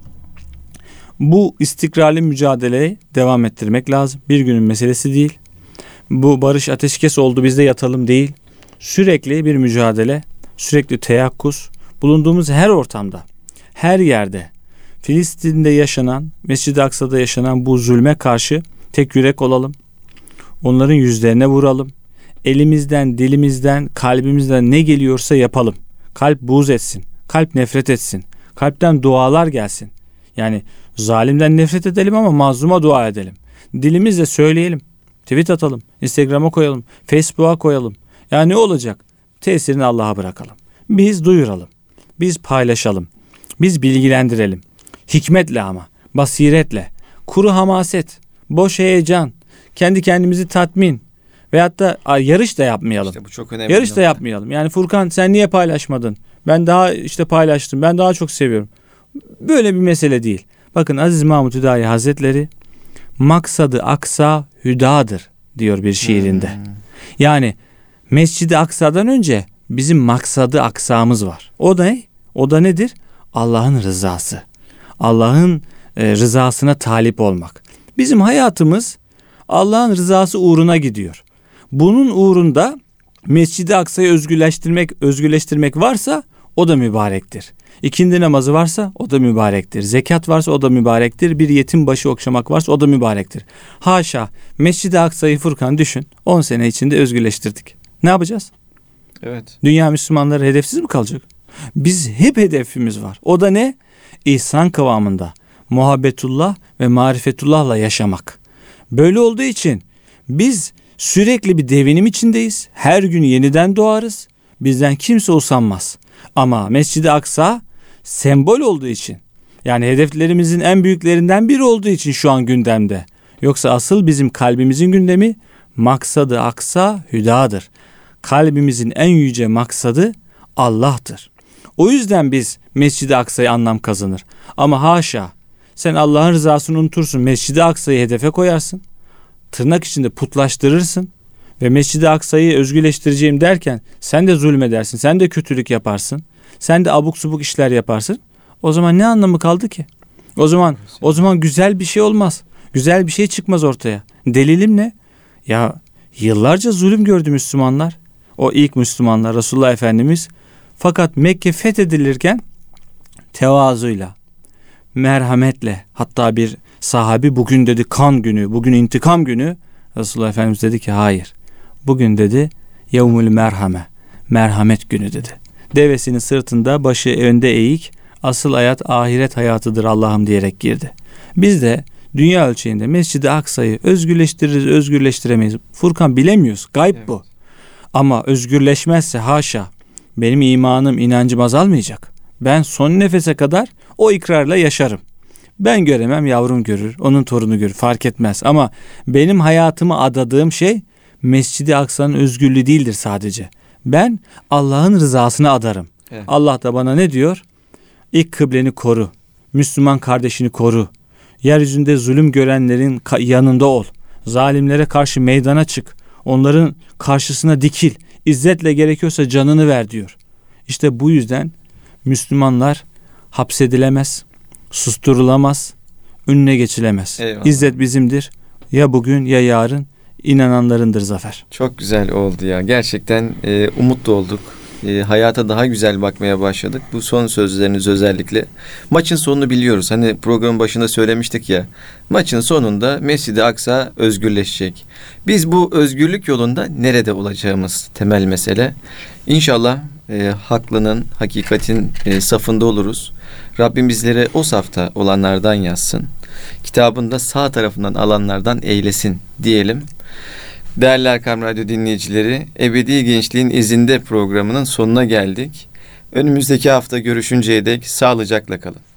[SPEAKER 2] bu istikrarlı mücadeleyi devam ettirmek lazım. Bir günün meselesi değil. Bu barış ateşkes oldu biz de yatalım değil. Sürekli bir mücadele, sürekli teyakkuz. Bulunduğumuz her ortamda, her yerde, Filistin'de yaşanan, Mescid-i Aksa'da yaşanan bu zulme karşı tek yürek olalım. Onların yüzlerine vuralım. Elimizden, dilimizden, kalbimizden ne geliyorsa yapalım. Kalp buğz etsin. Kalp nefret etsin. Kalpten dualar gelsin. Yani zalimden nefret edelim ama mazluma dua edelim. Dilimizle söyleyelim. tweet atalım, Instagram'a koyalım, Facebook'a koyalım. Yani ne olacak? Tesirini Allah'a bırakalım. Biz duyuralım, biz paylaşalım, biz bilgilendirelim. Hikmetle ama, basiretle, kuru hamaset, boş heyecan, kendi kendimizi tatmin veyahut da yarış da yapmayalım.
[SPEAKER 1] İşte bu çok önemli.
[SPEAKER 2] Yarış da yapmayalım. Yani Furkan sen niye paylaşmadın? Ben daha işte paylaştım. Ben daha çok seviyorum. Böyle bir mesele değil. Bakın Aziz Mahmud Hüdayi Hazretleri maksadı aksa hüdadır diyor bir şiirinde. Hmm. Yani Mescid-i Aksa'dan önce bizim maksadı aksamız var. O da ne? O da nedir? Allah'ın rızası. Allah'ın e, rızasına talip olmak. Bizim hayatımız Allah'ın rızası uğruna gidiyor. Bunun uğrunda Mescid-i Aksa'yı özgürleştirmek, özgürleştirmek varsa o da mübarektir. İkindi namazı varsa o da mübarektir. Zekat varsa o da mübarektir. Bir yetim başı okşamak varsa o da mübarektir. Haşa, Mescid-i Aksa'yı Furkan düşün, on sene içinde özgürleştirdik. Ne yapacağız?
[SPEAKER 1] Evet.
[SPEAKER 2] Dünya Müslümanları hedefsiz mi kalacak? Biz hep hedefimiz var. O da ne? İhsan kıvamında muhabbetullah ve marifetullahla yaşamak. Böyle olduğu için biz sürekli bir devinim içindeyiz. Her gün yeniden doğarız. Bizden kimse usanmaz. Ama Mescid-i Aksa sembol olduğu için, yani hedeflerimizin en büyüklerinden biri olduğu için şu an gündemde. Yoksa asıl bizim kalbimizin gündemi maksadı aksa hüdadır. Kalbimizin en yüce maksadı Allah'tır. O yüzden biz Mescid-i Aksa'ya anlam kazanır. Ama haşa, sen Allah'ın rızasını unutursun, Mescid-i Aksa'yı hedefe koyarsın, tırnak içinde putlaştırırsın ve Mescid-i Aksa'yı özgürleştireceğim derken sen de zulmedersin, sen de kötülük yaparsın, sen de abuk subuk işler yaparsın. O zaman ne anlamı kaldı ki? O zaman o zaman güzel bir şey olmaz. Güzel bir şey çıkmaz ortaya. Delilim ne? Ya yıllarca zulüm gördü Müslümanlar. O ilk Müslümanlar, Resulullah Efendimiz. Fakat Mekke fethedilirken tevazuyla, merhametle, hatta bir sahabi bugün dedi kan günü, bugün intikam günü. Resulullah Efendimiz dedi ki hayır. Bugün dedi yevmül merhame, merhamet günü dedi. Devesinin sırtında, başı önde eğik, asıl hayat ahiret hayatıdır Allah'ım diyerek girdi. Biz de dünya ölçeğinde Mescid-i Aksa'yı özgürleştiririz, özgürleştiremeyiz. Furkan bilemiyoruz. Gayb evet. Bu. Ama özgürleşmezse haşa benim imanım, inancım azalmayacak. Ben son nefese kadar o ikrarla yaşarım. Ben göremem, yavrum görür, onun torunu görür, fark etmez. Ama benim hayatımı adadığım şey Mescid-i Aksa'nın özgürlüğü değildir sadece. Ben Allah'ın rızasını adarım. Evet. Allah da bana ne diyor? İlk kıbleni koru, Müslüman kardeşini koru, yeryüzünde zulüm görenlerin yanında ol, zalimlere karşı meydana çık, onların karşısına dikil, İzzetle gerekiyorsa canını ver diyor. İşte bu yüzden Müslümanlar hapsedilemez, susturulamaz, önüne geçilemez. Eyvallah. İzzet bizimdir. Ya bugün ya yarın inananlarındır zafer.
[SPEAKER 1] Çok güzel oldu ya. Gerçekten e, umutlu olduk. E, hayata daha güzel bakmaya başladık. Bu son sözleriniz özellikle. Maçın sonunu biliyoruz. Hani programın başında söylemiştik ya. Maçın sonunda Mescid-i Aksa özgürleşecek. Biz bu özgürlük yolunda nerede olacağımız temel mesele. İnşallah e, haklının, hakikatin e, safında oluruz. Rabbim bizlere o safta olanlardan yazsın. Kitabında sağ tarafından alanlardan eylesin diyelim. Değerli Erkam Radyo dinleyicileri, Ebedi Gençliğin İzinde programının sonuna geldik. Önümüzdeki hafta görüşünceye dek sağlıcakla kalın.